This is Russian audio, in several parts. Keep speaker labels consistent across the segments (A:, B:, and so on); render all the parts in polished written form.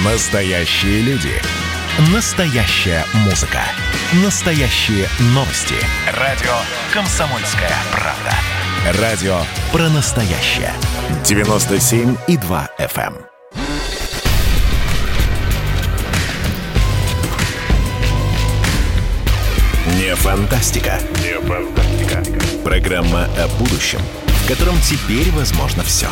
A: Настоящие люди. Настоящая музыка. Настоящие новости. Радио «Комсомольская правда». Радио про настоящее. 97,2 FM. Не фантастика. Не фантастика. Программа о будущем, в котором теперь возможно все.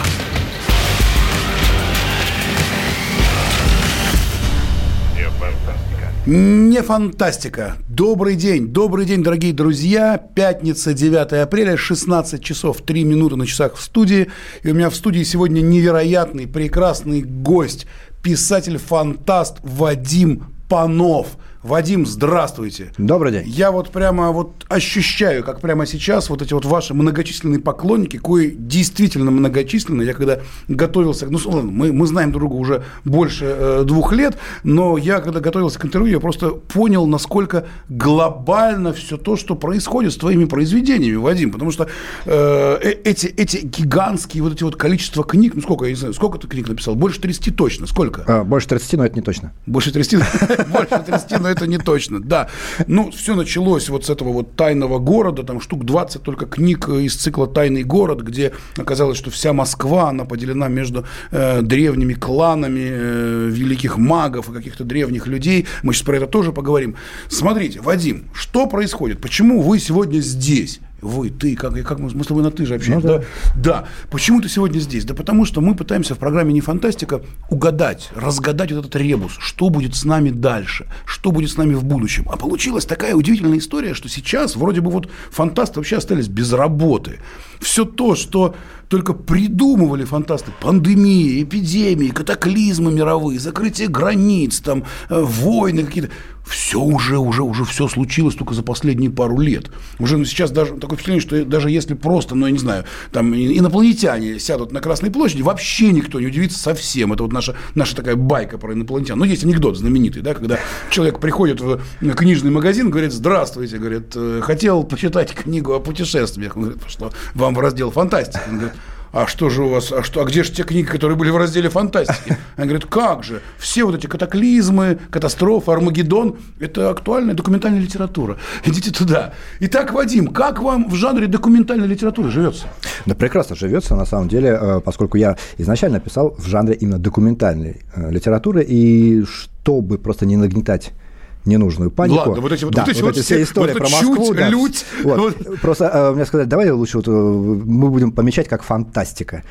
B: Не фантастика. Добрый день, дорогие друзья. Пятница, 9 апреля, 16 часов 3 минуты на часах в студии. И у меня в студии сегодня невероятный, прекрасный гость, писатель-фантаст Вадим Панов. Вадим, здравствуйте.
C: Добрый день.
B: Я вот прямо вот ощущаю, как прямо сейчас вот эти вот ваши многочисленные поклонники, кои действительно многочисленные. Я когда готовился, мы знаем друг друга уже больше 2 лет, но я когда готовился к интервью, я просто понял, насколько глобально все то, что происходит с твоими произведениями, Вадим, потому что эти гигантские вот эти вот количество книг, ну сколько, я не знаю, сколько ты книг написал? Больше 30 точно, сколько?
C: Больше 30, но это не точно.
B: Больше 30, но это не точно, да. Ну, все началось вот с этого вот «Тайного города», там штук 20 только книг из цикла «Тайный город», где оказалось, что вся Москва, она поделена между древними кланами великих магов и каких-то древних людей. Мы сейчас про это тоже поговорим. Смотрите, Вадим, что происходит? Почему вы сегодня здесь? Вы, ты, как мы с тобой на «ты» же общаемся,
C: ну, да?
B: Да. Почему ты сегодня здесь? Да потому что мы пытаемся в программе «Не фантастика» разгадать вот этот ребус, что будет с нами дальше, что будет с нами в будущем. А получилась такая удивительная история, что сейчас вроде бы вот фантасты вообще остались без работы. Все то, что только придумывали фантасты, пандемии, эпидемии, катаклизмы мировые, закрытие границ, там, войны какие-то, все уже все случилось только за последние пару лет. Уже сейчас даже такое впечатление, что даже если просто, я не знаю, там инопланетяне сядут на Красной площади, вообще никто не удивится совсем. Это вот наша такая байка про инопланетян. Но есть анекдот знаменитый, да, когда человек приходит в книжный магазин, говорит: здравствуйте, говорит, хотел почитать книгу о путешествиях. Он говорит: что вам в раздел фантастики? Он говорит: а что же у вас, а где же те книги, которые были в разделе фантастики? Они говорят: как же, все вот эти катаклизмы, катастрофы, Армагеддон – это актуальная документальная литература. Идите туда. Итак, Вадим, как вам в жанре документальной литературы живется?
C: Да прекрасно живется, на самом деле, поскольку я изначально писал в жанре именно документальной литературы, и чтобы просто не нагнетать ненужную панику.
B: Ладно, вот эти
C: все истории про Москву. Да, просто мне сказали: давай лучше мы будем помечать как фантастика.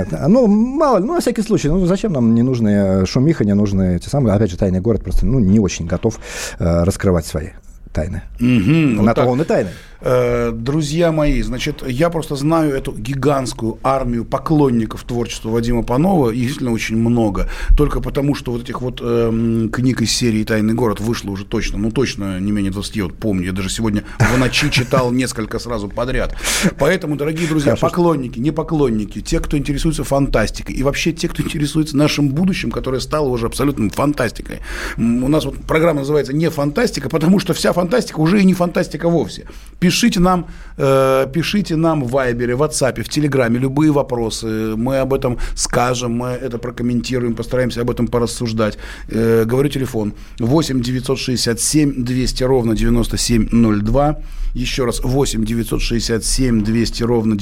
C: Мало ли, на всякий случай, зачем нам ненужные шумиха, ненужные те самые, опять же, «Тайный город» просто не очень готов раскрывать свои тайны. На то он и тайны.
B: Друзья мои, значит, я просто знаю эту гигантскую армию поклонников творчества Вадима Панова, их действительно очень много, только потому, что вот этих вот книг из серии «Тайный город» вышло уже точно не менее 20, вот помню, я даже сегодня в ночи читал несколько сразу подряд. Поэтому, дорогие друзья, поклонники, не поклонники, те, кто интересуется фантастикой, и вообще те, кто интересуется нашим будущим, которое стало уже абсолютно фантастикой. У нас вот программа называется «Не фантастика», потому что вся фантастика уже и не фантастика вовсе. Пишите нам в Вайбере, в WhatsApp, в Телеграме любые вопросы. Мы об этом скажем, мы это прокомментируем, постараемся об этом порассуждать. Говорю телефон 8 967 200 ровно 9702. Еще раз 8 967 200 ровно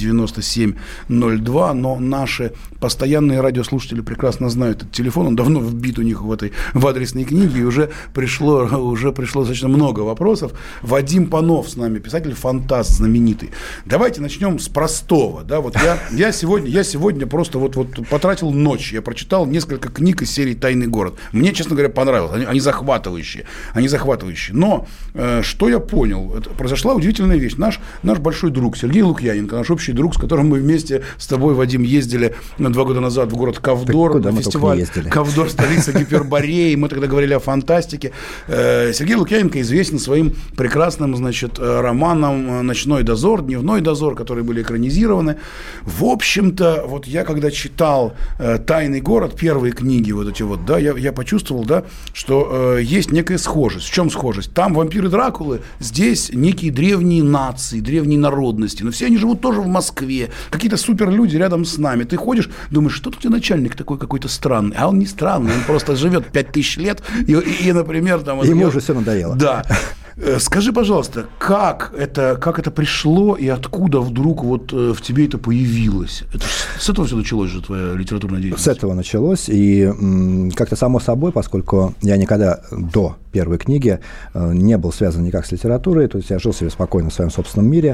B: 9702. Но наши постоянные радиослушатели прекрасно знают этот телефон. Он давно вбит у них в адресной книге. И уже пришло достаточно много вопросов. Вадим Панов с нами, писатель-фантаст знаменитый. Давайте начнем с простого. Да? Вот я сегодня просто вот потратил ночь. Я прочитал несколько книг из серии «Тайный город». Мне, честно говоря, понравилось. Они захватывающие. Но что я понял? Произошла удивительная вещь. Наш большой друг Сергей Лукьяненко, наш общий друг, с которым мы вместе с тобой, Вадим, ездили 2 года назад в город Ковдор, на фестиваль «Ковдор. Столица Гипербореи». Мы тогда говорили о фантастике. Сергей Лукьяненко известен своим прекрасным, романом нам «Ночной дозор», «Дневной дозор», которые были экранизированы. В общем-то, вот я когда читал «Тайный город», первые книги вот эти вот, да, я почувствовал, да, что есть некая схожесть. В чем схожесть? Там вампиры Дракулы, здесь некие древние нации, древние народности, но все они живут тоже в Москве, какие-то суперлюди рядом с нами. Ты ходишь, думаешь, что тут у тебя начальник такой какой-то странный, а он не странный, он просто живет 5000 лет, и например, там...
C: Ему уже все надоело.
B: Да. Скажи, пожалуйста, как это пришло и откуда вдруг вот в тебе это появилось? С этого все началось же, твоя литературная деятельность?
C: С этого началось, и как-то само собой, поскольку я никогда до первой книги не был связан никак с литературой, то есть я жил себе спокойно в своем собственном мире,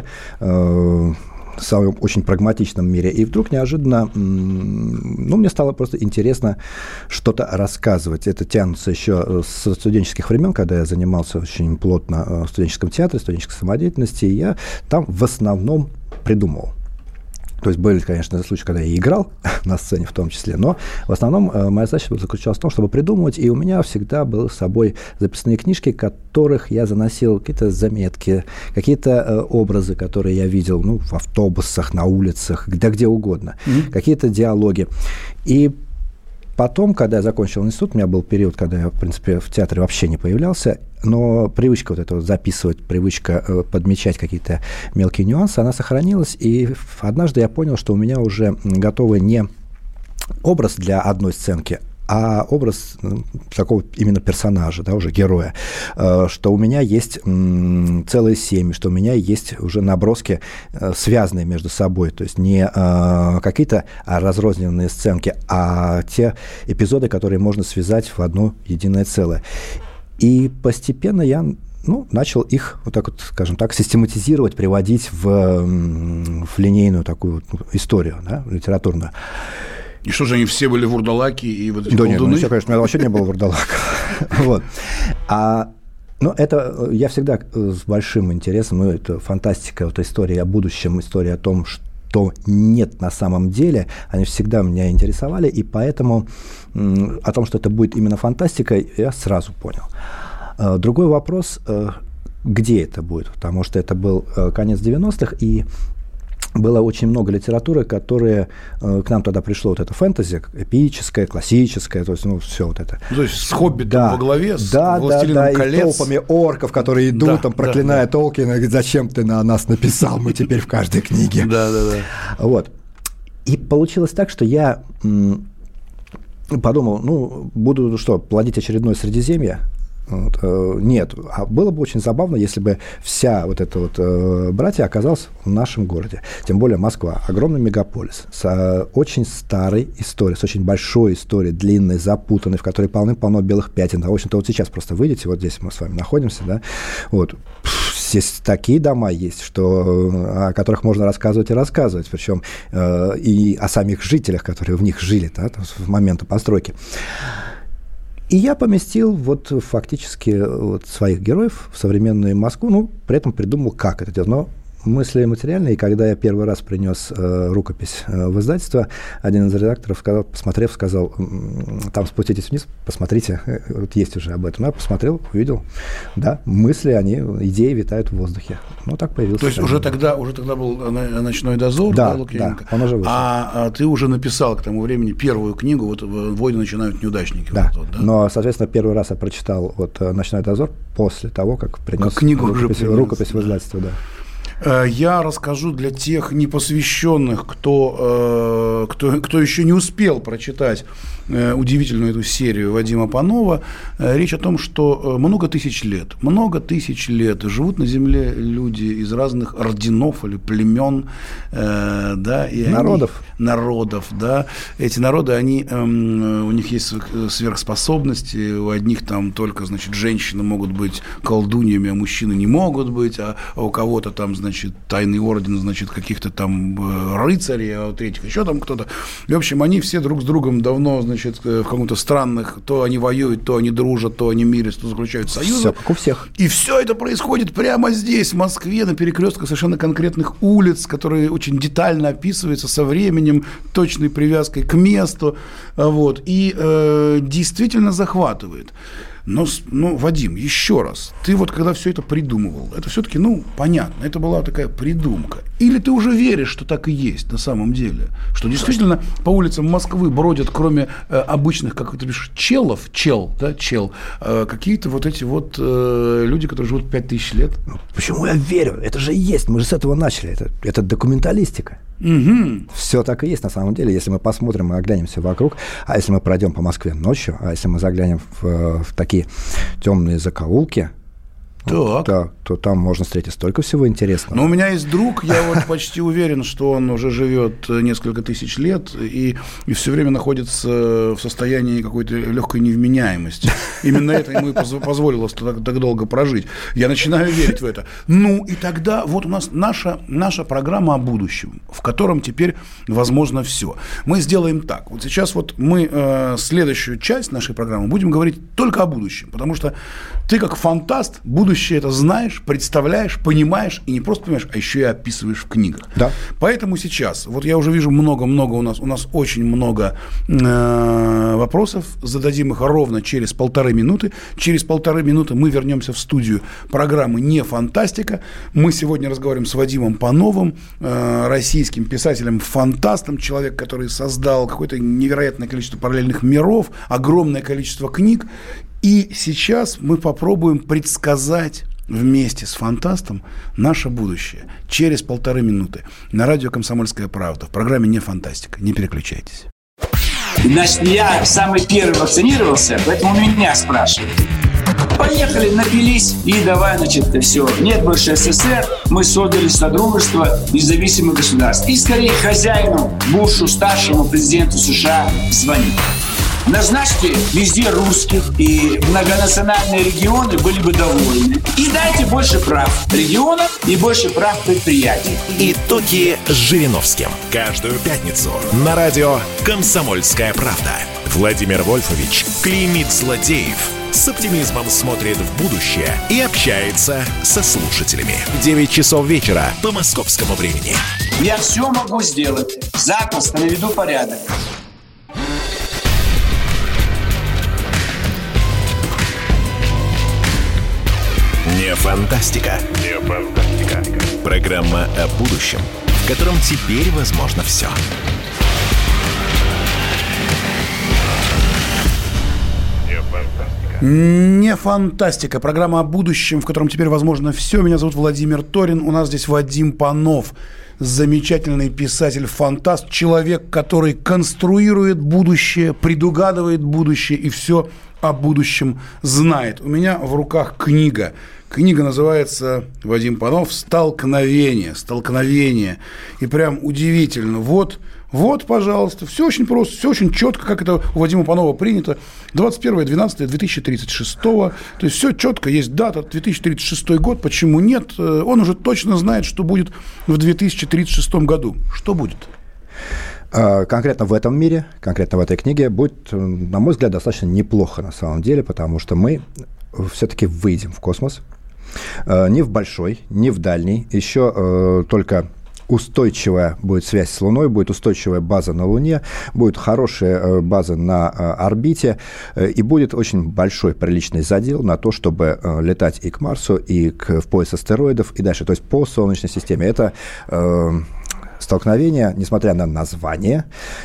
C: в своем очень прагматичном мире, и вдруг неожиданно, мне стало просто интересно что-то рассказывать. Это тянется еще с студенческих времен, когда я занимался очень плотно в студенческом театре, студенческой самодеятельности, и я там в основном придумывал. То есть были, конечно, случаи, когда я играл на сцене в том числе, но в основном моя задача заключалась в том, чтобы придумывать, и у меня всегда были с собой записные книжки, в которых я заносил какие-то заметки, какие-то образы, которые я видел, в автобусах, на улицах, да где угодно, какие-то диалоги. И потом, когда я закончил институт, у меня был период, когда я, в принципе, в театре вообще не появлялся, но привычка вот эта вот записывать, привычка подмечать какие-то мелкие нюансы, она сохранилась, и однажды я понял, что у меня уже готовый не образ для одной сценки, а образ такого именно персонажа, да, уже героя, что у меня есть целые семьи, что у меня есть уже наброски, связанные между собой, то есть не какие-то разрозненные сценки, а те эпизоды, которые можно связать в одно единое целое. И постепенно я начал их, вот так вот, скажем так, систематизировать, приводить в линейную такую историю, да, литературную.
B: И что же, они все были вурдалаки и вот эти
C: колдуны? Нет, все, конечно, у меня вообще не было вурдалаков. Вот. Это я всегда с большим интересом, это фантастика, вот история о будущем, история о том, что нет на самом деле, они всегда меня интересовали, и поэтому о том, что это будет именно фантастика, я сразу понял. Другой вопрос, где это будет, потому что это был конец 90-х, и было очень много литературы, которая к нам тогда пришло, вот это фэнтези, эпическое, классическое, то есть, все вот это.
B: То есть с «Хоббитом» во главе, с «Властелином колец».
C: И толпами орков, которые идут, проклиная Толкина, говорят, зачем ты на нас написал, мы теперь в каждой книге.
B: Да.
C: Вот. И получилось так, что я подумал, буду плодить очередное Средиземье. Нет, а было бы очень забавно, если бы вся вот эта вот братья оказалась в нашем городе. Тем более Москва, огромный мегаполис с очень старой историей, с очень большой историей, длинной, запутанной, в которой полным-полно белых пятен. В общем-то, вот сейчас просто выйдете, вот здесь мы с вами находимся, да, вот, здесь такие дома есть, о которых можно рассказывать и рассказывать, причем и о самих жителях, которые в них жили, да, в момент постройки. И я поместил фактически своих героев в современную Москву, при этом придумал, как это делать. Но мысли материальные, и когда я первый раз принес рукопись в издательство, один из редакторов, посмотрев, сказал, там спуститесь вниз, посмотрите, вот есть уже об этом. Я посмотрел, увидел, да, мысли, идеи витают в воздухе. Так появился.
B: То есть уже тогда был «Ночной дозор»,
C: да, он уже вышел.
B: А ты уже написал к тому времени первую книгу, «Войны начинают неудачники».
C: Да, но, соответственно, первый раз я прочитал «Ночной дозор» после того, как принес рукопись в издательство, да.
B: Я расскажу для тех непосвященных, кто еще не успел прочитать удивительную эту серию Вадима Панова. Речь о том, что много тысяч лет живут на Земле люди из разных орденов или племен, да, и народов, да. Эти народы, у них есть сверхспособности, у одних там только, женщины могут быть колдуньями, а мужчины не могут быть, а у кого-то там, тайный орден, каких-то там рыцарей, а у третьих еще там кто-то. В общем, они все друг с другом давно, в каком-то странных, то они воюют, то они дружат, то они мирятся, то заключают союзы.
C: Все как у всех.
B: И все это происходит прямо здесь, в Москве, на перекрестках совершенно конкретных улиц, которые очень детально описываются со временем, точной привязкой к месту. И действительно захватывает. Но, Вадим, еще раз, ты вот когда все это придумывал, это все-таки, понятно, это была такая придумка. Или ты уже веришь, что так и есть на самом деле? Что действительно по улицам Москвы бродят, кроме обычных, как ты пишешь, чел, какие-то вот эти вот люди, которые живут 5000 лет?
C: Почему я верю? Это же есть, мы же с этого начали. Это документалистика.
B: Угу.
C: Все так и есть на самом деле. Если мы посмотрим и оглянемся вокруг, а если мы пройдем по Москве ночью, а если мы заглянем в такие темные закоулки, то там можно встретить столько всего интересного.
B: Но у меня есть друг, я вот почти уверен, что он уже живет несколько тысяч лет и все время находится в состоянии какой-то легкой невменяемости. Именно это ему и позволило так долго прожить. Я начинаю верить в это. И тогда вот у нас наша программа о будущем, в котором теперь возможно все. Мы сделаем так. Вот сейчас вот мы следующую часть нашей программы будем говорить только о будущем, потому что ты как фантаст будущее это знаешь, представляешь, понимаешь, и не просто понимаешь, а еще и описываешь в книгах.
C: Да.
B: Поэтому сейчас, вот я уже вижу много-много у нас очень много вопросов, зададим их ровно через 1,5 минуты. Через 1,5 минуты мы вернемся в студию программы «Не фантастика». Мы сегодня разговариваем с Вадимом Пановым, российским писателем-фантастом, человек, который создал какое-то невероятное количество параллельных миров, огромное количество книг. И сейчас мы попробуем предсказать вместе с фантастом наше будущее через 1,5 минуты на радио «Комсомольская правда» в программе «Не фантастика». Не переключайтесь.
D: Значит, я самый первый вакцинировался, поэтому меня спрашивают. Поехали, напились и давай, все. Нет больше СССР, мы создали Содружество независимых государств. И скорее хозяину Бушу, старшему президенту США, звонить. Назначьте везде русских, и многонациональные регионы были бы довольны. И дайте больше прав регионам и больше прав предприятий.
A: Итоги с Жириновским. Каждую пятницу на радио «Комсомольская правда». Владимир Вольфович клеймит злодеев, с оптимизмом смотрит в будущее и общается со слушателями. 9 часов вечера по московскому времени.
D: Я все могу сделать. Запросто наведу порядок.
A: Не фантастика. Не фантастика. Программа о будущем, в котором теперь возможно все.
B: Не фантастика. Программа о будущем, в котором теперь возможно все. Меня зовут Владимир Торин. У нас здесь Вадим Панов. Замечательный писатель-фантаст. Человек, который конструирует будущее, предугадывает будущее и все о будущем знает. У меня в руках книга. Книга называется, Вадим Панов, «Столкновение». И прям удивительно. Вот, пожалуйста, все очень просто, все очень четко, как это у Вадима Панова принято. 21.12.2036. То есть все четко, есть дата, 2036 год. Почему нет? Он уже точно знает, что будет в 2036 году. Что будет?
C: Конкретно в этом мире, конкретно в этой книге будет, на мой взгляд, достаточно неплохо на самом деле, потому что мы все-таки выйдем в космос. Не в большой, не в дальний. Еще только устойчивая будет связь с Луной, будет устойчивая база на Луне, будет хорошая база на орбите, и будет очень большой приличный задел на то, чтобы летать и к Марсу, и в пояс астероидов, и дальше, то есть по Солнечной системе. Это столкновение, несмотря на название,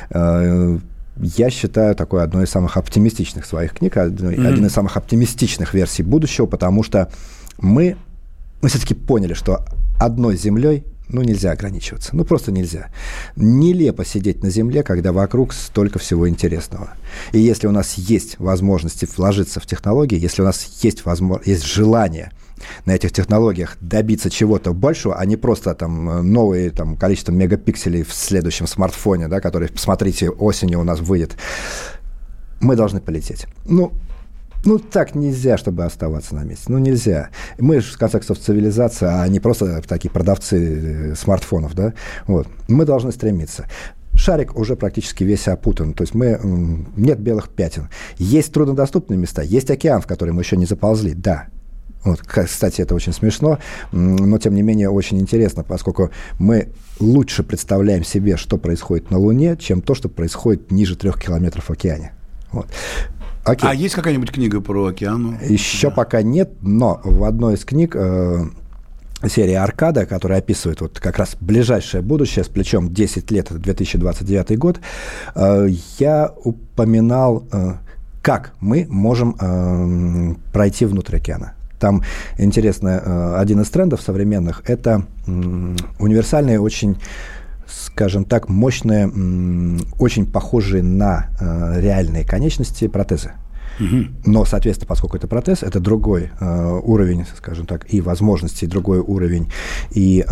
C: я считаю, такой одной из самых оптимистичных своих книг, один из самых оптимистичных версий будущего, потому что мы все-таки поняли, что одной Землей нельзя ограничиваться. Просто нельзя. Нелепо сидеть на Земле, когда вокруг столько всего интересного. И если у нас есть возможности вложиться в технологии, если у нас есть желание на этих технологиях добиться чего-то большего, а не просто новые количество мегапикселей в следующем смартфоне, да, который, посмотрите, осенью у нас выйдет, мы должны полететь. Так нельзя, чтобы оставаться на месте. Нельзя. Мы же, в конце концов, цивилизация, а не просто такие продавцы смартфонов, да? Мы должны стремиться. Шарик уже практически весь опутан, то есть нет белых пятен. Есть труднодоступные места, есть океан, в который мы еще не заползли, да. Кстати, это очень смешно, но, тем не менее, очень интересно, поскольку мы лучше представляем себе, что происходит на Луне, чем то, что происходит ниже 3 километров в океане.
B: Окей. А есть какая-нибудь книга про океан?
C: Еще пока нет, но в одной из книг серии «Аркада», которая описывает вот как раз ближайшее будущее с плечом 10 лет, это 2029 год, я упоминал, как мы можем пройти внутрь океана. Там интересно, один из трендов современных – это универсальные, очень, скажем так, мощные, очень похожие на реальные конечности протезы. Но, соответственно, поскольку это протез, это другой уровень, скажем так, и возможностей, другой уровень, и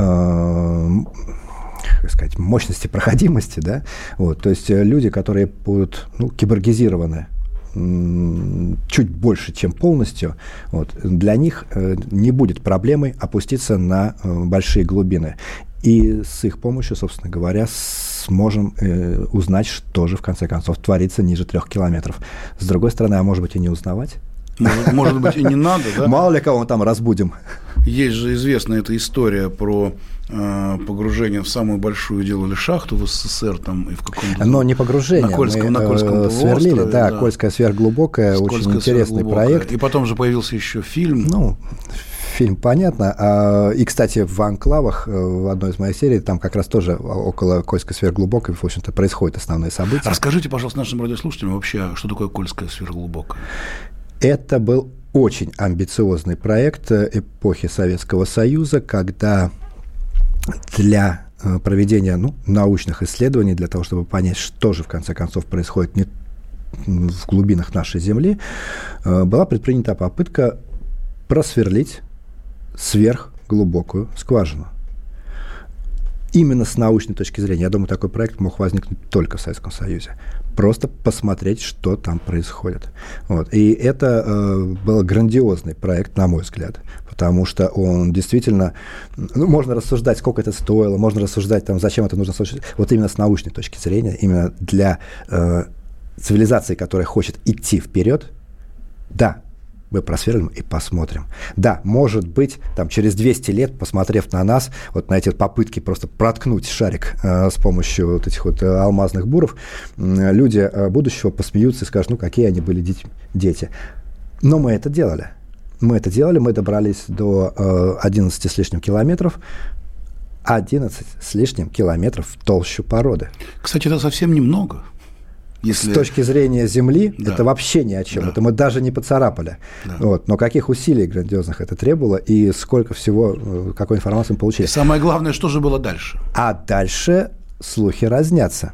C: как сказать, мощности проходимости, да, вот, то есть люди, которые будут, киборгизированы чуть больше, чем полностью, вот, для них не будет проблемой опуститься на большие глубины. И с их помощью, собственно говоря, сможем узнать, что же, в конце концов, творится ниже 3 километров. С другой стороны, а может быть, и не узнавать.
B: Может быть, и не надо, да?
C: Мало ли кого мы там разбудим.
B: Есть же известная эта история про погружение в самую большую делали шахту в СССР там и в каком-то...
C: Но не погружение.
B: На Кольском
C: сверлили, да, Кольская сверхглубокая, очень интересный проект.
B: И потом же появился еще фильм.
C: Фильм, понятно. И, кстати, в «Анклавах», в одной из моих серий, там как раз тоже около Кольской сверхглубокой, в общем-то, происходят основные события.
B: Расскажите, пожалуйста, нашим радиослушателям вообще, что такое Кольская сверхглубокая?
C: Это был очень амбициозный проект эпохи Советского Союза, когда для проведения научных исследований, для того, чтобы понять, что же, в конце концов, происходит в глубинах нашей Земли, была предпринята попытка просверлить сверхглубокую скважину. Именно с научной точки зрения, я думаю, такой проект мог возникнуть только в Советском Союзе. Просто посмотреть, что там происходит. Вот. И это был грандиозный проект, на мой взгляд, потому что он действительно... можно рассуждать, сколько это стоило, можно рассуждать, зачем это нужно. Вот именно с научной точки зрения, именно для цивилизации, которая хочет идти вперед, да, мы просверлим и посмотрим. Да, может быть, через 200 лет, посмотрев на нас, вот на эти попытки просто проткнуть шарик с помощью вот этих вот алмазных буров, люди будущего посмеются и скажут, какие они были дети. Но мы это делали. Мы добрались до 11 с лишним километров, 11 с лишним километров в толщу породы.
B: Кстати, это совсем немного.
C: С точки зрения Земли, да, это вообще ни о чем. Да. Это мы даже не поцарапали. Да. Вот. Но каких усилий грандиозных это требовало, и сколько всего, какой информации мы получили.
B: И самое главное, что же было дальше?
C: А дальше слухи разнятся.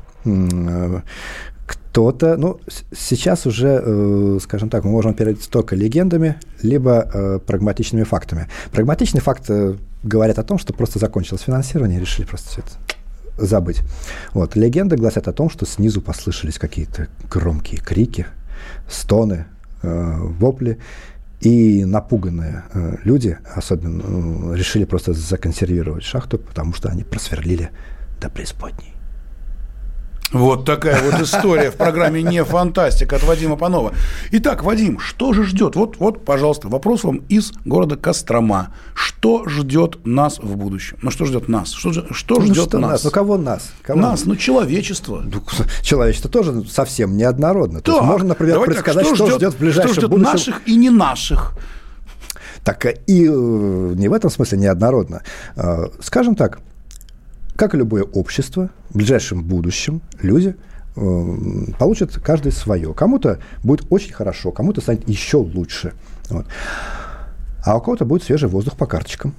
C: Кто-то, сейчас уже, скажем так, мы можем оперировать только легендами, либо прагматичными фактами. Прагматичные факты говорят о том, что просто закончилось финансирование, и решили просто все это забыть. Вот. Легенды гласят о том, что снизу послышались какие-то громкие крики, стоны, вопли, и напуганные люди особенно решили просто законсервировать шахту, потому что они просверлили до преисподней.
B: Вот такая вот история в программе «Не фантастика» от Вадима Панова. Итак, Вадим, что же ждет? Вот, пожалуйста, вопрос вам из города Кострома. Что ждет нас в будущем? Что ждет нас? Что ждет нас?
C: Кого нас?
B: Нас, человечество.
C: Человечество тоже совсем неоднородно. То есть можно, например, предсказать, что ждет в ближайшем будущем.
B: Наших и не наших.
C: Так и не в этом смысле неоднородно. Скажем так, как и любое общество, в ближайшем будущем люди получат каждый свое. Кому-то будет очень хорошо, кому-то станет еще лучше. Вот. А у кого-то будет свежий воздух по карточкам.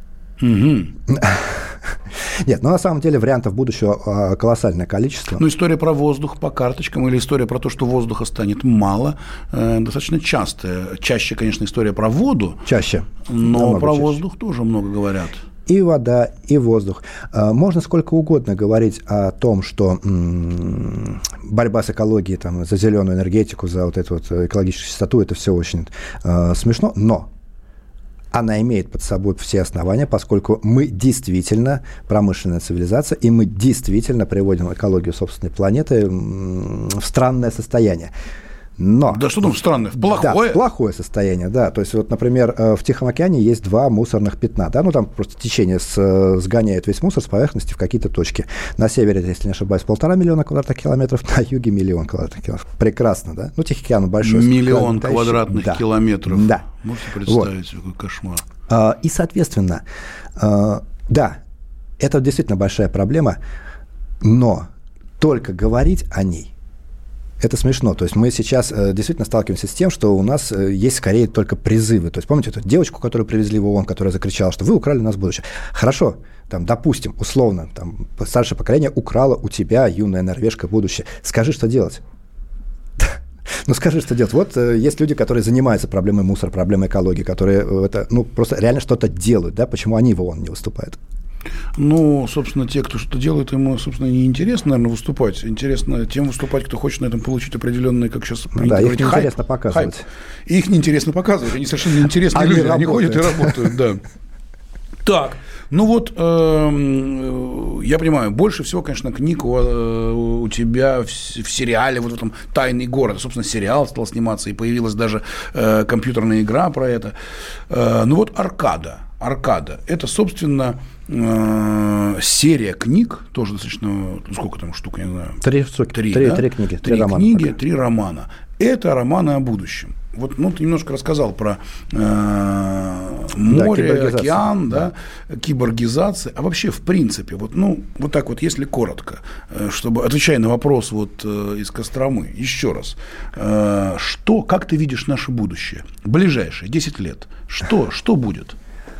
C: Нет, на самом деле вариантов будущего колоссальное количество.
B: История про воздух по карточкам или история про то, что воздуха станет мало, достаточно частая. Чаще, конечно, история про воду.
C: Чаще.
B: Но про воздух тоже много говорят.
C: И вода, и воздух. Можно сколько угодно говорить о том, что борьба с экологией, за зеленую энергетику, за вот эту вот экологическую чистоту, это все очень смешно, но она имеет под собой все основания, поскольку мы действительно промышленная цивилизация, и мы действительно приводим экологию собственной планеты в странное состояние. Но...
B: Да что там странное? Плохое?
C: Да, плохое состояние, да. То есть, вот, например, в Тихом океане есть 2 мусорных пятна, да, ну, там просто течение сгоняет весь мусор с поверхности в какие-то точки. На севере, если не ошибаюсь, 1,5 миллиона квадратных километров, на юге 1 миллион квадратных километров. Прекрасно, да? Ну, Тихий океан большой.
B: 1 миллион квадратных километров.
C: Да.
B: Можете представить, какой кошмар.
C: И, соответственно, да, это действительно большая проблема, но только говорить о ней это смешно. То есть мы сейчас действительно сталкиваемся с тем, что у нас есть скорее только призывы. То есть помните эту девочку, которую привезли в ООН, которая закричала, что вы украли у нас будущее. Хорошо, там, допустим, условно, там, старшее поколение украло у тебя, юная норвежка, будущее. Скажи, что делать. Ну, скажи, что делать. Вот есть люди, которые занимаются проблемой мусора, проблемой экологии, которые это, ну, просто реально что-то делают, да, почему они в ООН не выступают?
B: Ну, собственно, те, кто что-то делает, ему, собственно, не интересно, наверное, выступать. Интересно тем выступать, кто хочет на этом получить определенный, как сейчас принято говорить,
C: их неинтересно показывать.
B: Хайп. И их неинтересно показывать, они совершенно неинтересные люди, они ходят и работают, да. Так, ну вот, я понимаю, больше всего, конечно, книг у тебя в сериале, вот в этом «Тайный город». Собственно, сериал стал сниматься, и появилась даже компьютерная игра про это. Ну вот «Аркада». «Аркада» – это, собственно, серия книг, тоже достаточно, ну, сколько там штук, я не знаю.
C: 3 книги, 3 романа.
B: Книги, 3 романа. Это романы о будущем. Вот, ну, ты немножко рассказал про море, океан, да, киборгизация. А вообще, в принципе, вот, ну, вот так вот, если коротко, чтобы, отвечая на вопрос вот из Костромы, еще раз, как ты видишь наше будущее? Ближайшие 10 лет. Что будет?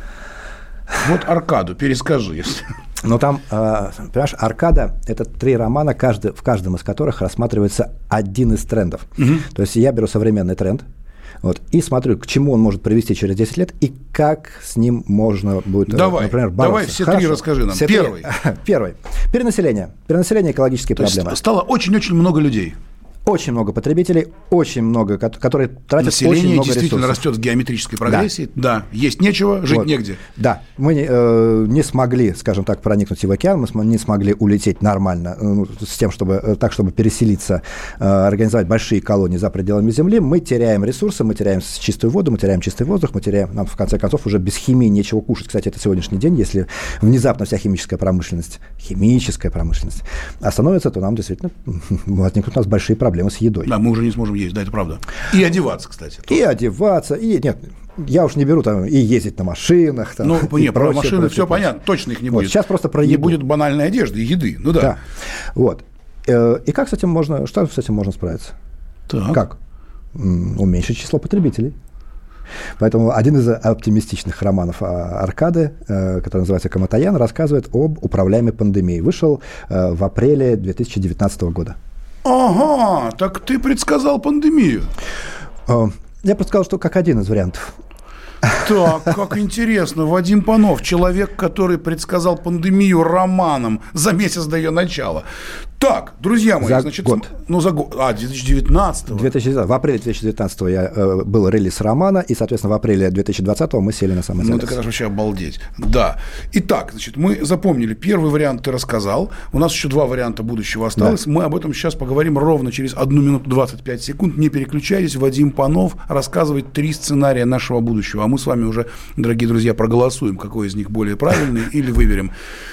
B: Вот «Аркаду» перескажи, если...
C: Ну, там, понимаешь, «Аркада» – это 3 романа, в каждом из которых рассматривается один из трендов. Угу. То есть я беру современный тренд, вот, и смотрю, к чему он может привести через 10 лет, и как с ним можно будет, например, бороться.
B: Давай все 3 расскажи нам.
C: Первый. Перенаселение, экологические проблемы.
B: Стало очень-очень много людей.
C: Очень много потребителей, очень много, которые тратят
B: население
C: очень много
B: действительно
C: ресурсов.
B: Растет в геометрической прогрессии. Да, есть нечего, жить негде.
C: Да, мы не смогли, скажем так, проникнуть в океан, мы не смогли улететь нормально с тем, чтобы переселиться, организовать большие колонии за пределами Земли. Мы теряем ресурсы, мы теряем чистую воду, мы теряем чистый воздух, нам в конце концов уже без химии нечего кушать. Кстати, это сегодняшний день, если внезапно вся химическая промышленность остановится, то нам действительно возникнут у нас большие проблемы с едой.
B: Да, мы уже не сможем есть, да, это правда. И одеваться, кстати.
C: Тоже. И одеваться, нет, я уж не беру там и ездить на машинах. Там,
B: ну, нет, про машины все понятно, точно их не будет.
C: Сейчас просто про еду.
B: Не будет банальной одежды и еды, ну да.
C: Вот. И как с этим можно справиться?
B: Так.
C: Как? Уменьшить число потребителей. Поэтому один из оптимистичных романов «Аркады», который называется «Каматаян», рассказывает об управляемой пандемии. Вышел в апреле 2019 года.
B: Ага, так ты предсказал пандемию.
C: Я предсказал, что как один из вариантов.
B: Так, как интересно. Вадим Панов, человек, который предсказал пандемию романом за месяц до ее начала. Так, друзья мои,
C: год.
B: Ну, за год. 2019-го.
C: В апреле 2019-го был релиз романа, и, соответственно, в апреле 2020-го мы сели на самоизоляцию.
B: Ну, так это же вообще обалдеть. Да. Итак, мы запомнили. Первый вариант ты рассказал. У нас еще 2 варианта будущего осталось. Да. Мы об этом сейчас поговорим ровно через 1 минуту 25 секунд. Не переключайтесь. Вадим Панов рассказывает 3 сценария нашего будущего. А мы с вами уже, дорогие друзья, проголосуем, какой из них более правильный, или выберем.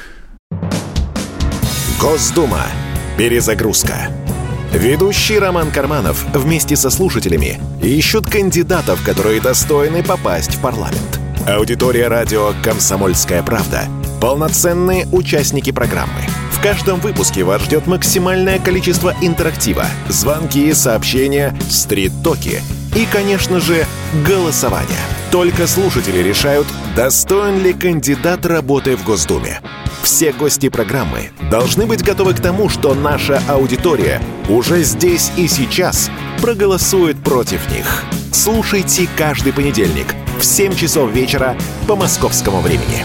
A: Госдума. Перезагрузка. Ведущий Роман Карманов вместе со слушателями ищут кандидатов, которые достойны попасть в парламент. Аудитория радио «Комсомольская правда» — полноценные участники программы. В каждом выпуске вас ждет максимальное количество интерактива, звонки, сообщения, стрит-токи и, конечно же, голосование. Только слушатели решают, достоин ли кандидат работы в Госдуме. Все гости программы должны быть готовы к тому, что наша аудитория уже здесь и сейчас проголосует против них. Слушайте каждый понедельник в 7 часов вечера по московскому времени.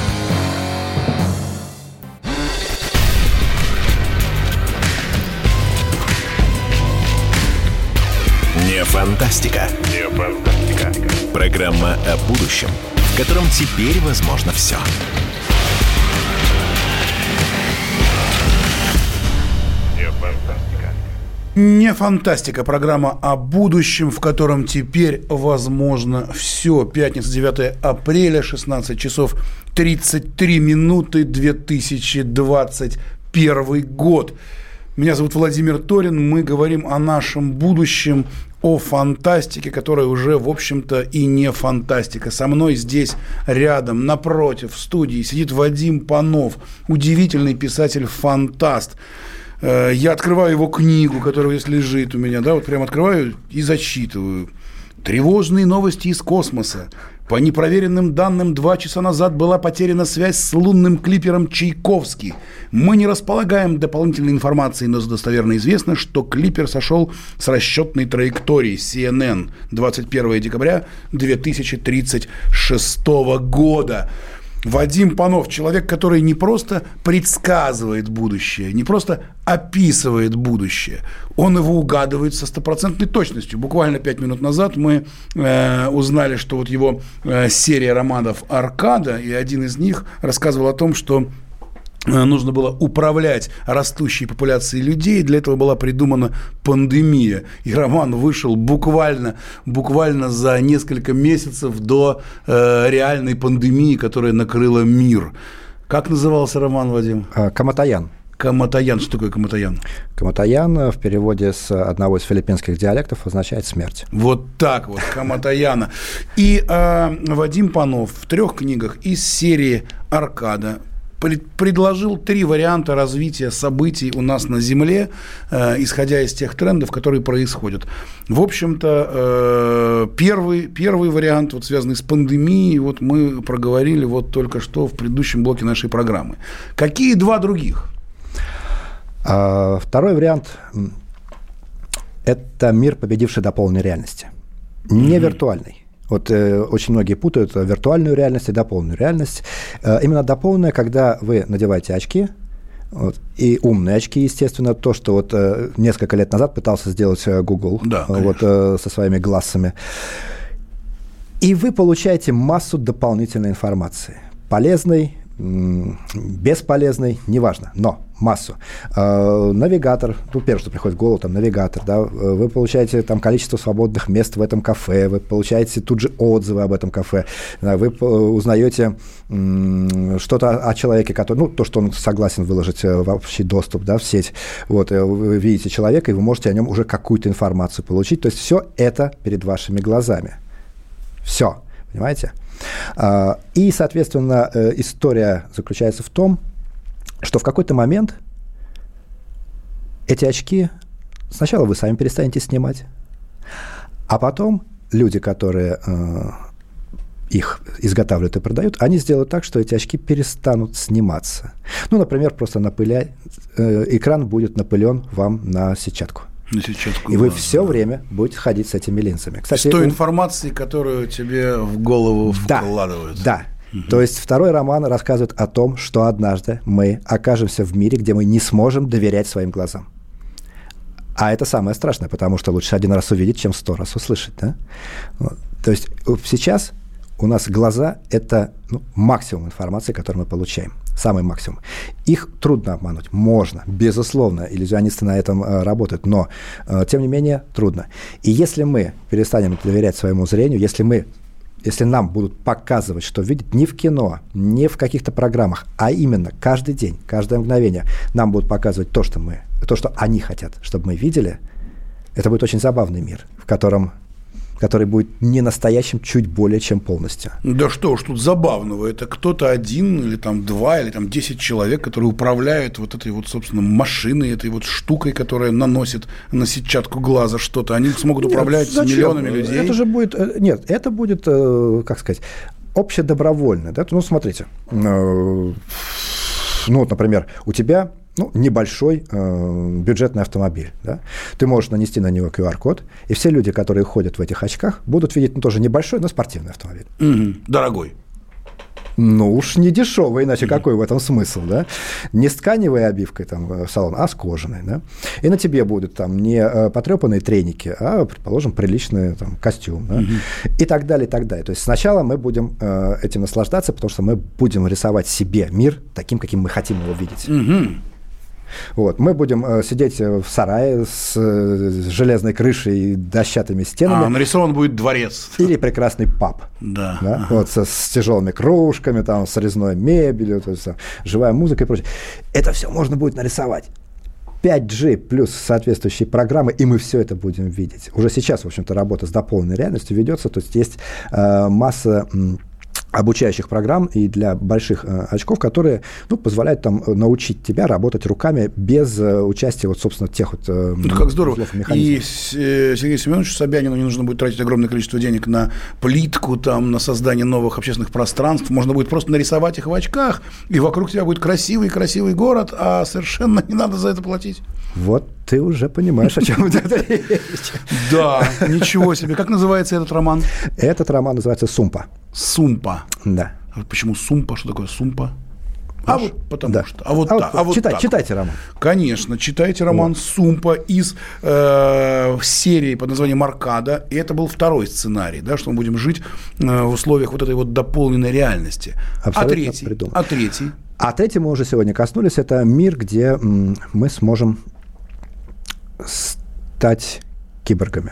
A: Не фантастика. Не фантастика. Программа о будущем, в котором теперь возможно все.
B: Не фантастика, программа о будущем, в котором теперь возможно все. Пятница, 9 апреля, 16 часов 33 минуты, 2021 год. Меня зовут Владимир Торин, мы говорим о нашем будущем, о фантастике, которая уже, в общем-то, и не фантастика. Со мной здесь рядом, напротив, в студии сидит Вадим Панов, удивительный писатель-фантаст. Я открываю его книгу, которая здесь лежит у меня, да, вот прям открываю и зачитываю. Тревожные новости из космоса. По непроверенным данным, 2 часа назад была потеряна связь с лунным клипером «Чайковский». Мы не располагаем дополнительной информацией, но достоверно известно, что клипер сошел с расчетной траектории CNN 21 декабря 2036 года. Вадим Панов, человек, который не просто предсказывает будущее, не просто описывает будущее, он его угадывает со стопроцентной точностью. Буквально 5 минут назад мы узнали, что вот его серия романов «Аркада», и один из них рассказывал о том, что нужно было управлять растущей популяцией людей. Для этого была придумана пандемия. И роман вышел буквально за несколько месяцев до реальной пандемии, которая накрыла мир. Как назывался роман, Вадим?
C: «Каматаян».
B: Каматаян. Что такое Каматаян?
C: Каматаян в переводе с одного из филиппинских диалектов означает «смерть».
B: Вот так вот, Каматаяна. И Вадим Панов в 3 книгах из серии «Аркада» предложил 3 варианта развития событий у нас на Земле, исходя из тех трендов, которые происходят. В общем-то, первый вариант, вот, связанный с пандемией, вот мы проговорили вот только что в предыдущем блоке нашей программы. Какие 2 других?
C: Второй вариант – это мир, победивший дополненной реальности. Не виртуальный. Вот очень многие путают виртуальную реальность и дополненную реальность. Именно дополненная, когда вы надеваете очки, вот, и умные очки, естественно, то, что вот несколько лет назад пытался сделать Google, да, вот, со своими глазами. И вы получаете массу дополнительной информации. Полезной, бесполезной, неважно, но массу. Навигатор, первое, что приходит в голову, там, навигатор, да, вы получаете там количество свободных мест в этом кафе, вы получаете тут же отзывы об этом кафе, вы узнаете что-то о человеке, который, то, что он согласен выложить в общий доступ, да, в сеть, вот, вы видите человека, и вы можете о нем уже какую-то информацию получить, то есть все это перед вашими глазами. Все, понимаете? И, соответственно, история заключается в том, что в какой-то момент эти очки сначала вы сами перестанете снимать, а потом люди, которые их изготавливают и продают, они сделают так, что эти очки перестанут сниматься. Например, просто экран будет напылен вам на сетчатку. И вы все время будете ходить с этими линзами.
B: Кстати, с той информацией, которую тебе в голову вкладывают.
C: Да. То есть второй роман рассказывает о том, что однажды мы окажемся в мире, где мы не сможем доверять своим глазам. А это самое страшное, потому что лучше 1 раз увидеть, чем 100 раз услышать. Да? То есть сейчас у нас глаза – это максимум информации, которую мы получаем. Самый максимум. Их трудно обмануть. Можно, безусловно. Иллюзионисты на этом работают. Но, тем не менее, трудно. И если мы перестанем доверять своему зрению, если нам будут показывать, что видеть не в кино, не в каких-то программах, а именно каждый день, каждое мгновение нам будут показывать то, что они хотят, чтобы мы видели, это будет очень забавный мир, который будет не настоящим чуть более чем полностью.
B: Да что уж тут забавного. Это кто-то один, или там 2, или там 10 человек, которые управляют вот этой вот, собственно, машиной, этой вот штукой, которая наносит на сетчатку глаза что-то. Они смогут управлять миллионами людей.
C: Это же будет... Нет, это будет, как сказать, общедобровольно. Да? Смотрите. Например, у тебя... небольшой бюджетный автомобиль. Да? Ты можешь нанести на него QR-код, и все люди, которые ходят в этих очках, будут видеть тоже небольшой, но спортивный автомобиль.
B: Дорогой.
C: Уж не дешевый, иначе какой в этом смысл, да? Не с тканевой обивкой там, салон, а с кожаной, да? И на тебе будут там не потрепанные треники, а, предположим, приличный там, костюм, да? И так далее, и так далее. То есть сначала мы будем этим наслаждаться, потому что мы будем рисовать себе мир таким, каким мы хотим его видеть. Вот. Мы будем сидеть в сарае с железной крышей и дощатыми стенами.
B: Нарисован будет дворец.
C: Или прекрасный паб.
B: Да.
C: Да? Вот, с тяжелыми кружками, там, с резной мебелью, то есть, живая музыка и прочее. Это все можно будет нарисовать. 5G плюс соответствующие программы, и мы все это будем видеть. Уже сейчас, в общем-то, работа с дополненной реальностью ведется, то есть есть масса обучающих программ и для больших очков, которые позволяют там научить тебя работать руками без участия, вот, собственно, тех вот
B: это как здорово. И Сергею Семеновичу Собянину не нужно будет тратить огромное количество денег на плитку, там, на создание новых общественных пространств. Можно будет просто нарисовать их в очках, и вокруг тебя будет красивый город, а совершенно не надо за это платить.
C: Вот ты уже понимаешь, о чем идет речь.
B: Да, ничего себе. Как называется этот роман?
C: Этот роман называется «Сумпа».
B: «Сумпа».
C: Да.
B: Почему «Сумпа»? Что такое «Сумпа»? Вот потому
C: да.
B: что. Так.
C: Читайте роман.
B: Конечно, читайте роман «Сумпа» из серии под названием «Аркада». И это был второй сценарий, да, что мы будем жить в условиях вот этой вот дополненной реальности.
C: Абсолютно
B: А третий?
C: А третий мы уже сегодня коснулись. Это мир, где мы сможем стать киборгами.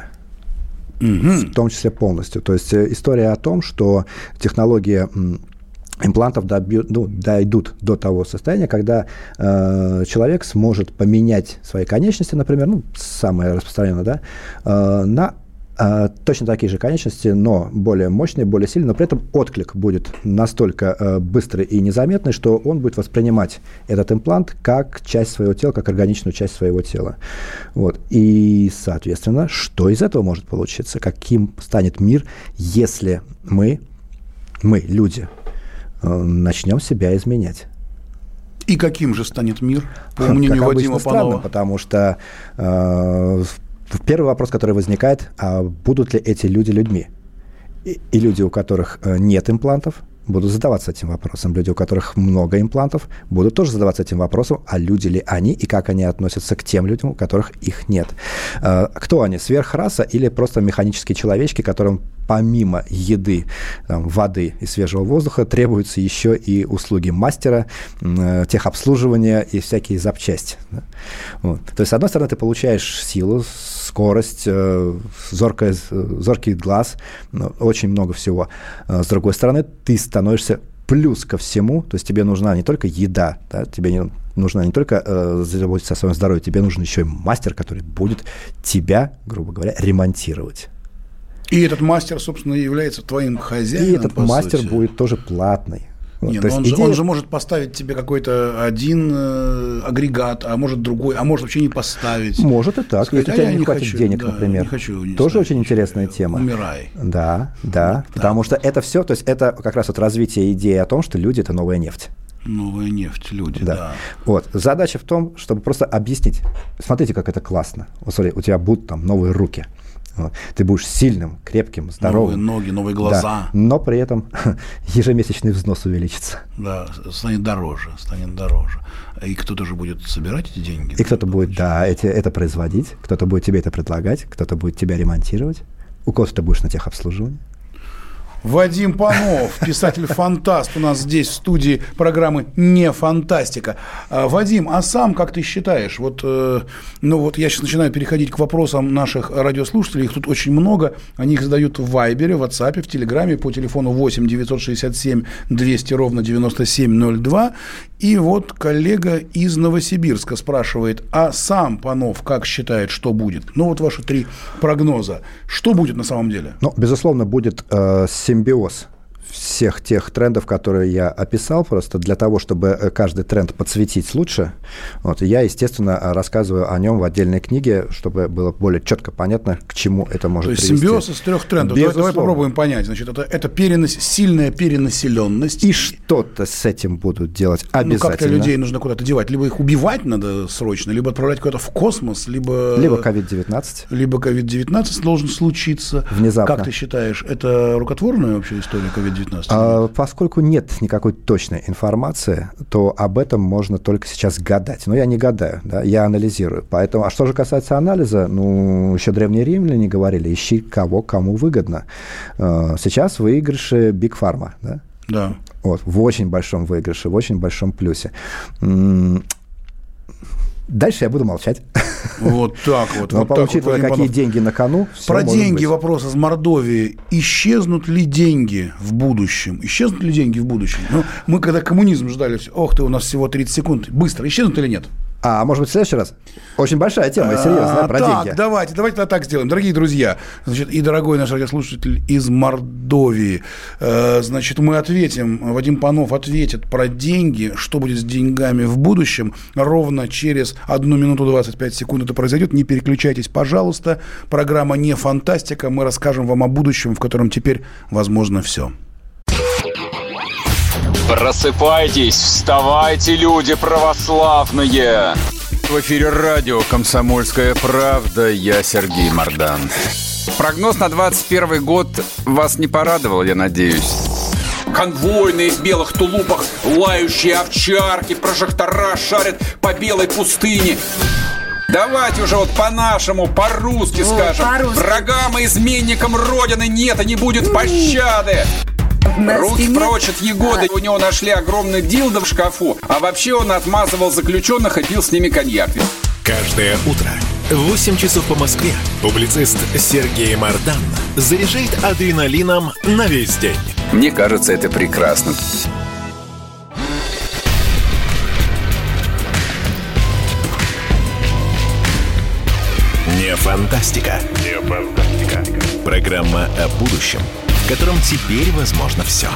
C: В том числе полностью. То есть история о том, что технология имплантов дойдут до того состояния, когда человек сможет поменять свои конечности, например, самое распространенное, да, на точно такие же конечности, но более мощные, более сильные, но при этом отклик будет настолько быстрый и незаметный, что он будет воспринимать этот имплант как часть своего тела, как органичную часть своего тела. Вот. И, соответственно, что из этого может получиться? Каким станет мир, если мы, люди, начнем себя изменять?
B: И каким же станет мир, по мнению Вадима Панова?
C: Странно, потому что первый вопрос, который возникает, а будут ли эти люди людьми? И люди, у которых нет имплантов, будут задаваться этим вопросом. Люди, у которых много имплантов, будут тоже задаваться этим вопросом, а люди ли они и как они относятся к тем людям, у которых их нет. Кто они? Сверхраса или просто механические человечки, которым помимо еды, воды и свежего воздуха требуются еще и услуги мастера, техобслуживания и всякие запчасти. Вот. То есть, с одной стороны, ты получаешь силу, скорость, зоркий глаз, очень много всего. С другой стороны, ты становишься плюс ко всему, то есть тебе нужна не только еда, да, тебе нужно не только заботиться о своем здоровье, тебе нужен еще и мастер, который будет тебя, грубо говоря, ремонтировать.
B: И этот мастер, собственно, является твоим хозяином.
C: И этот мастер будет тоже платный.
B: Нет, он же может поставить тебе какой-то один агрегат, а может другой, а может вообще не поставить.
C: Может и так, если у тебя не хватит денег, например.
B: Не хочу,
C: тоже очень интересная тема.
B: Умирай.
C: Да, потому что это все, то есть это как раз вот развитие идеи о том, что люди – это новая нефть.
B: Новая нефть, люди, да.
C: Вот. Задача в том, чтобы просто объяснить. Смотрите, как это классно. Вот смотри, у тебя будут там новые руки. Ты будешь сильным, крепким, здоровым.
B: Новые ноги, новые глаза.
C: Да, но при этом ежемесячный взнос увеличится.
B: Да, станет дороже. И кто-то же будет собирать эти деньги.
C: И кто-то будет, это производить, кто-то будет тебе это предлагать, кто-то будет тебя ремонтировать, у кого-то ты будешь на техобслуживании.
B: Вадим Панов, писатель-фантаст, у нас здесь в студии программы «Не фантастика». Вадим, а сам как ты считаешь? Вот я сейчас начинаю переходить к вопросам наших радиослушателей, их тут очень много, они их задают в Вайбере, в WhatsApp, в Телеграме по телефону 8 967 200 ровно 9702. И вот коллега из Новосибирска спрашивает, а сам Панов как считает, что будет? Вот ваши 3 прогноза. Что будет на самом деле?
C: Безусловно, будет симбиоз всех тех трендов, которые я описал, просто для того, чтобы каждый тренд подсветить лучше, я, естественно, рассказываю о нем в отдельной книге, чтобы было более четко понятно, к чему это может привести.
B: То есть симбиоз из 3 трендов. Давай попробуем понять. Значит, это сильная перенаселенность.
C: И что-то с этим будут делать обязательно.
B: Как-то людей нужно куда-то девать. Либо их убивать надо срочно, либо отправлять куда-то в космос, либо COVID-19. Либо COVID-19 должен случиться.
C: Внезапно.
B: Как ты считаешь, это рукотворная вообще история COVID-19?
C: Поскольку нет никакой точной информации, то об этом можно только сейчас гадать. Но я не гадаю, да, я анализирую. Поэтому, а что же касается анализа, еще древние римляне говорили, ищи кому выгодно. Сейчас в выигрыше Big Pharma, да?
B: Да.
C: В очень большом выигрыше, в очень большом плюсе. Дальше я буду молчать.
B: Вот так вот.
C: Но учитывая, какие деньги на кону...
B: Про деньги вопрос из Мордовии. Исчезнут ли деньги в будущем? Исчезнут ли деньги в будущем? Ну, мы когда коммунизм ждали, ох ты, у нас всего 30 секунд. Быстро, исчезнут или нет?
C: А может быть, в следующий раз? Очень большая тема, серьезная, про деньги.
B: Давайте так сделаем. Дорогие друзья, значит, и дорогой наш радиослушатель из Мордовии, значит, мы ответим, Вадим Панов ответит про деньги, что будет с деньгами в будущем. Ровно через 1 минуту 25 секунд это произойдет. Не переключайтесь, пожалуйста. Программа «Не фантастика». Мы расскажем вам о будущем, в котором теперь возможно все.
E: Просыпайтесь, вставайте, люди православные! В эфире радио «Комсомольская правда». Я Сергей Мордан. Прогноз на 21 год вас не порадовал, я надеюсь. Конвойные в белых тулупах, лающие овчарки, прожектора шарят по белой пустыне. Давайте уже вот по-нашему, по-русски скажем. По-русски. Врагам и изменникам Родины нет и не будет пощады. Руки прочь от Егоды. У него нашли огромный дилдо в шкафу. А вообще он отмазывал заключенных и пил с ними коньяк.
A: Каждое утро в 8 часов по Москве публицист Сергей Мордан заряжает адреналином на весь день.
E: Мне кажется, это прекрасно.
A: Не фантастика. Не фантастика. Программа о будущем, в котором теперь возможно все.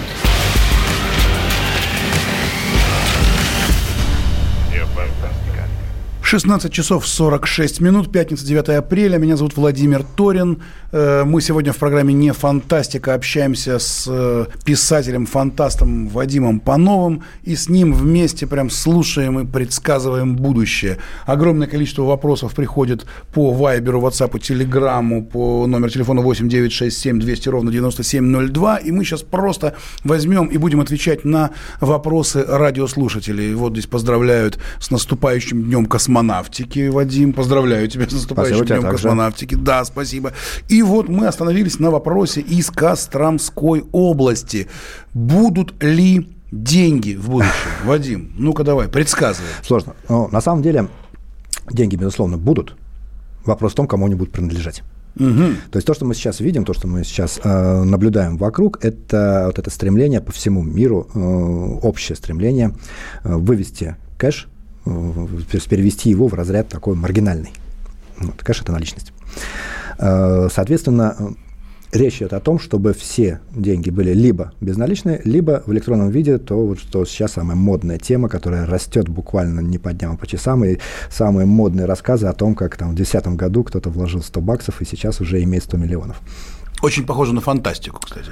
B: 16 часов 46 минут, пятница, 9 апреля. Меня зовут Владимир Торин. Мы сегодня в программе «Не фантастика» общаемся с писателем-фантастом Вадимом Пановым. И с ним вместе прям слушаем и предсказываем будущее. Огромное количество вопросов приходит по Вайберу, Ватсапу, Телеграмму, по номеру телефона 8967 200 ровно 9702. И мы сейчас просто возьмем и будем отвечать на вопросы радиослушателей. Вот здесь поздравляют с наступающим днем космонавтики, Вадим. Поздравляю тебя с наступающим днем космонавтики. Да, спасибо. И вот мы остановились на вопросе из Костромской области. Будут ли деньги в будущем? Вадим, ну-ка давай, предсказывай.
C: Сложно. Но на самом деле деньги, безусловно, будут. Вопрос в том, кому они будут принадлежать. Угу. То есть то, что мы сейчас видим, то, что мы сейчас наблюдаем вокруг, это вот это стремление по всему миру, общее стремление вывести кэш, перевести его в разряд такой маргинальный. Вот, кэш – это наличность. Соответственно, речь идет о том, чтобы все деньги были либо безналичные, либо в электронном виде, то, вот, что сейчас самая модная тема, которая растет буквально не по дням, а по часам, и самые модные рассказы о том, как там, в 2010 году кто-то вложил $100 и сейчас уже имеет 100 миллионов.
B: Очень похоже на фантастику, кстати.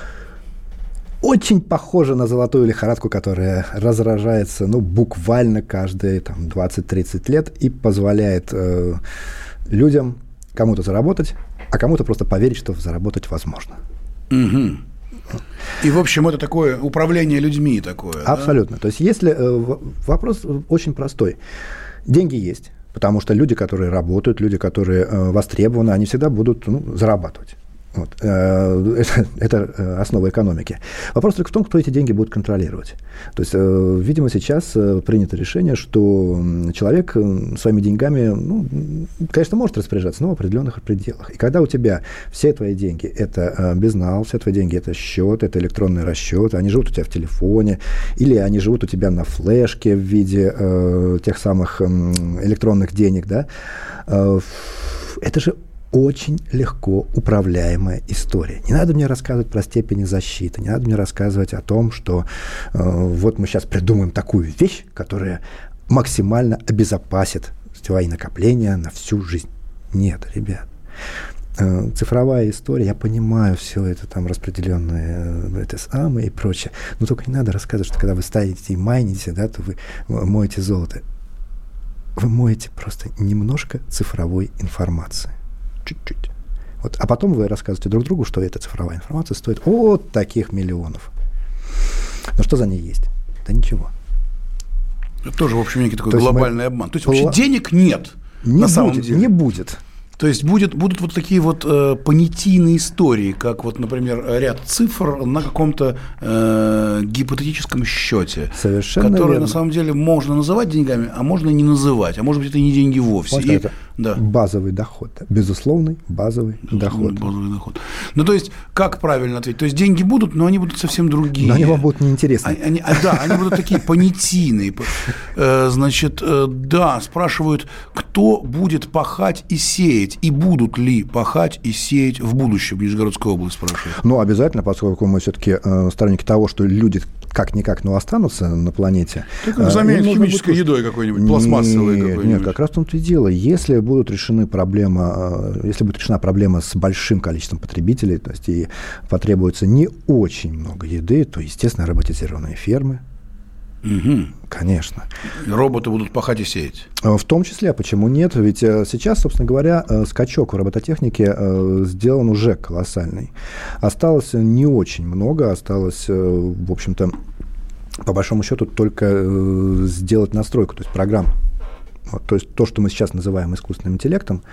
C: Очень похоже на золотую лихорадку, которая разражается буквально каждые 20-30 лет и позволяет людям кому-то заработать, а кому-то просто поверить, что заработать возможно.
B: Угу. И, в общем, это такое управление людьми такое.
C: Абсолютно. Да? То есть, если вопрос очень простой. Деньги есть, потому что люди, которые работают, люди, которые востребованы, они всегда будут зарабатывать. Вот. Это основа экономики. Вопрос только в том, кто эти деньги будет контролировать. То есть, видимо, сейчас принято решение, что человек своими деньгами, конечно, может распоряжаться, но в определенных пределах. И когда у тебя все твои деньги – это безнал, все твои деньги – это счет, это электронный расчет, они живут у тебя в телефоне, или они живут у тебя на флешке в виде тех самых электронных денег, да, это же очень легко управляемая история. Не надо мне рассказывать про степени защиты, не надо мне рассказывать о том, что вот мы сейчас придумаем такую вещь, которая максимально обезопасит твои накопления на всю жизнь. Нет, ребят. Цифровая история, я понимаю все это, там распределенные это самое и прочее, но только не надо рассказывать, что когда вы ставите и майните, да, то вы моете золото. Вы моете просто немножко цифровой информации. Чуть-чуть. Вот. А потом вы рассказываете друг другу, что эта цифровая информация стоит вот таких миллионов. Но что за ней есть? Да ничего.
B: Это тоже, в общем, некий такой глобальный обман. То есть вообще денег нет на самом деле.
C: Не будет.
B: То есть будут вот такие вот понятийные истории, как вот, например, ряд цифр на каком-то гипотетическом счете.
C: Совершенно
B: который
C: верно.
B: На самом деле можно называть деньгами, а можно не называть. А может быть, это не деньги вовсе.
C: И это базовый доход. Безусловный базовый доход.
B: Ну, то есть, как правильно ответить? То есть, деньги будут, но они будут совсем другие.
C: Но они вам будут неинтересны.
B: Они будут такие понятийные. Значит, да, спрашивают, кто будет пахать и сеять, и будут ли пахать и сеять в будущем, Нижегородская область спрашивает.
C: Ну, обязательно, поскольку мы все-таки сторонники того, что люди как-никак, но останутся на планете.
B: Так заменят химической едой какой-нибудь, пластмассовой какой-нибудь.
C: Нет, как раз в том-то и дело. Если будет решена проблема с большим количеством потребителей, то есть и потребуется не очень много еды, то, естественно, роботизированные фермы.
B: Угу.
C: Конечно.
B: Роботы будут пахать и сеять.
C: В том числе, почему нет? Ведь сейчас, собственно говоря, скачок в робототехнике сделан уже колоссальный. Осталось не очень много, осталось, в общем-то, по большому счету, только сделать настройку, то есть программу. Вот, то есть то, что мы сейчас называем искусственным интеллектом,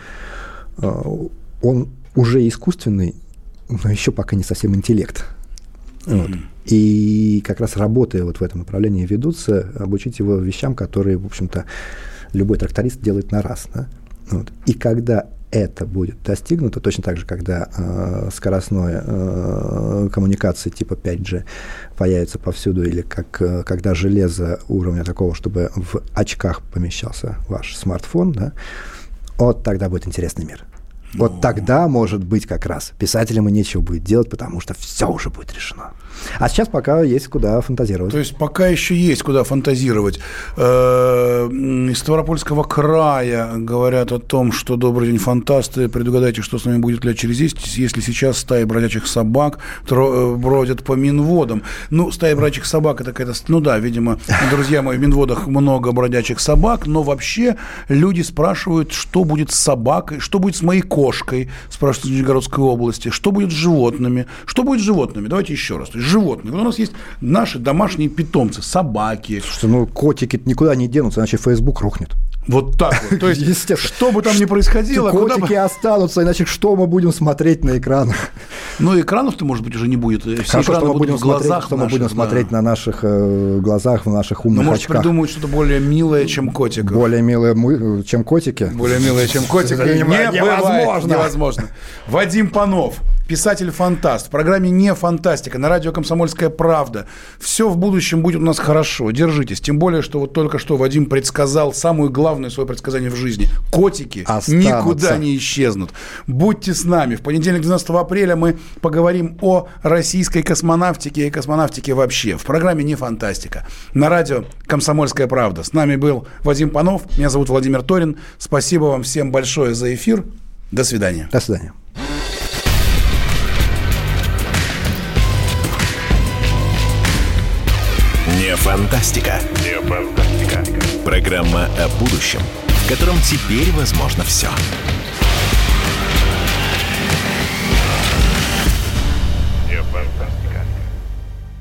C: он уже искусственный, но еще пока не совсем интеллект. Вот. И как раз работы вот в этом направлении ведутся, обучить его вещам, которые, в общем-то, любой тракторист делает на раз. Да? Вот. И когда это будет достигнуто, точно так же, когда скоростной коммуникации типа 5G появится повсюду, или когда железо уровня такого, чтобы в очках помещался ваш смартфон, да, вот тогда будет интересный мир. Вот тогда, может быть, как раз писателям и нечего будет делать, потому что все уже будет решено. А сейчас пока есть куда фантазировать.
B: То есть пока еще есть куда фантазировать. Из Ставропольского края говорят о том, что добрый день, фантасты, предугадайте, что с нами будет лет через 10, если сейчас стаи бродячих собак бродят по Минводам. Ну, стаи бродячих собак, это какая-то... Ну да, видимо, друзья мои, в Минводах много бродячих собак, но вообще люди спрашивают, что будет с собакой, что будет с моей кошкой, спрашивают в Нижегородской области, что будет с животными. Что будет с животными? Давайте еще раз. То есть животные. Вот у нас есть наши домашние питомцы, собаки.
C: Слушайте, котики никуда не денутся, иначе Facebook рухнет.
B: Вот так вот. То есть, что бы там ни происходило...
C: Котики останутся, иначе что мы будем смотреть на экранах?
B: Ну, экранов-то, может быть, уже не будет.
C: Все экраны будут в глазах. Что мы будем смотреть на наших глазах, в наших умных очках.
B: Может, придумают что-то более милое, чем котик.
C: Более милое, чем котики?
B: Более милое, чем котик. Невозможно. Вадим Панов. Писатель-фантаст. В программе «Не фантастика» на радио «Комсомольская правда». Все в будущем будет у нас хорошо. Держитесь. Тем более, что вот только что Вадим предсказал самое главное свое предсказание в жизни. Котики никуда не исчезнут. Будьте с нами. В понедельник, 12 апреля, мы поговорим о российской космонавтике и космонавтике вообще. В программе «Не фантастика» на радио «Комсомольская правда». С нами был Вадим Панов. Меня зовут Владимир Торин. Спасибо вам всем большое за эфир. До свидания.
C: До свидания.
A: Не фантастика. Не фантастика. Программа о будущем, в котором теперь возможно все. Не фантастика.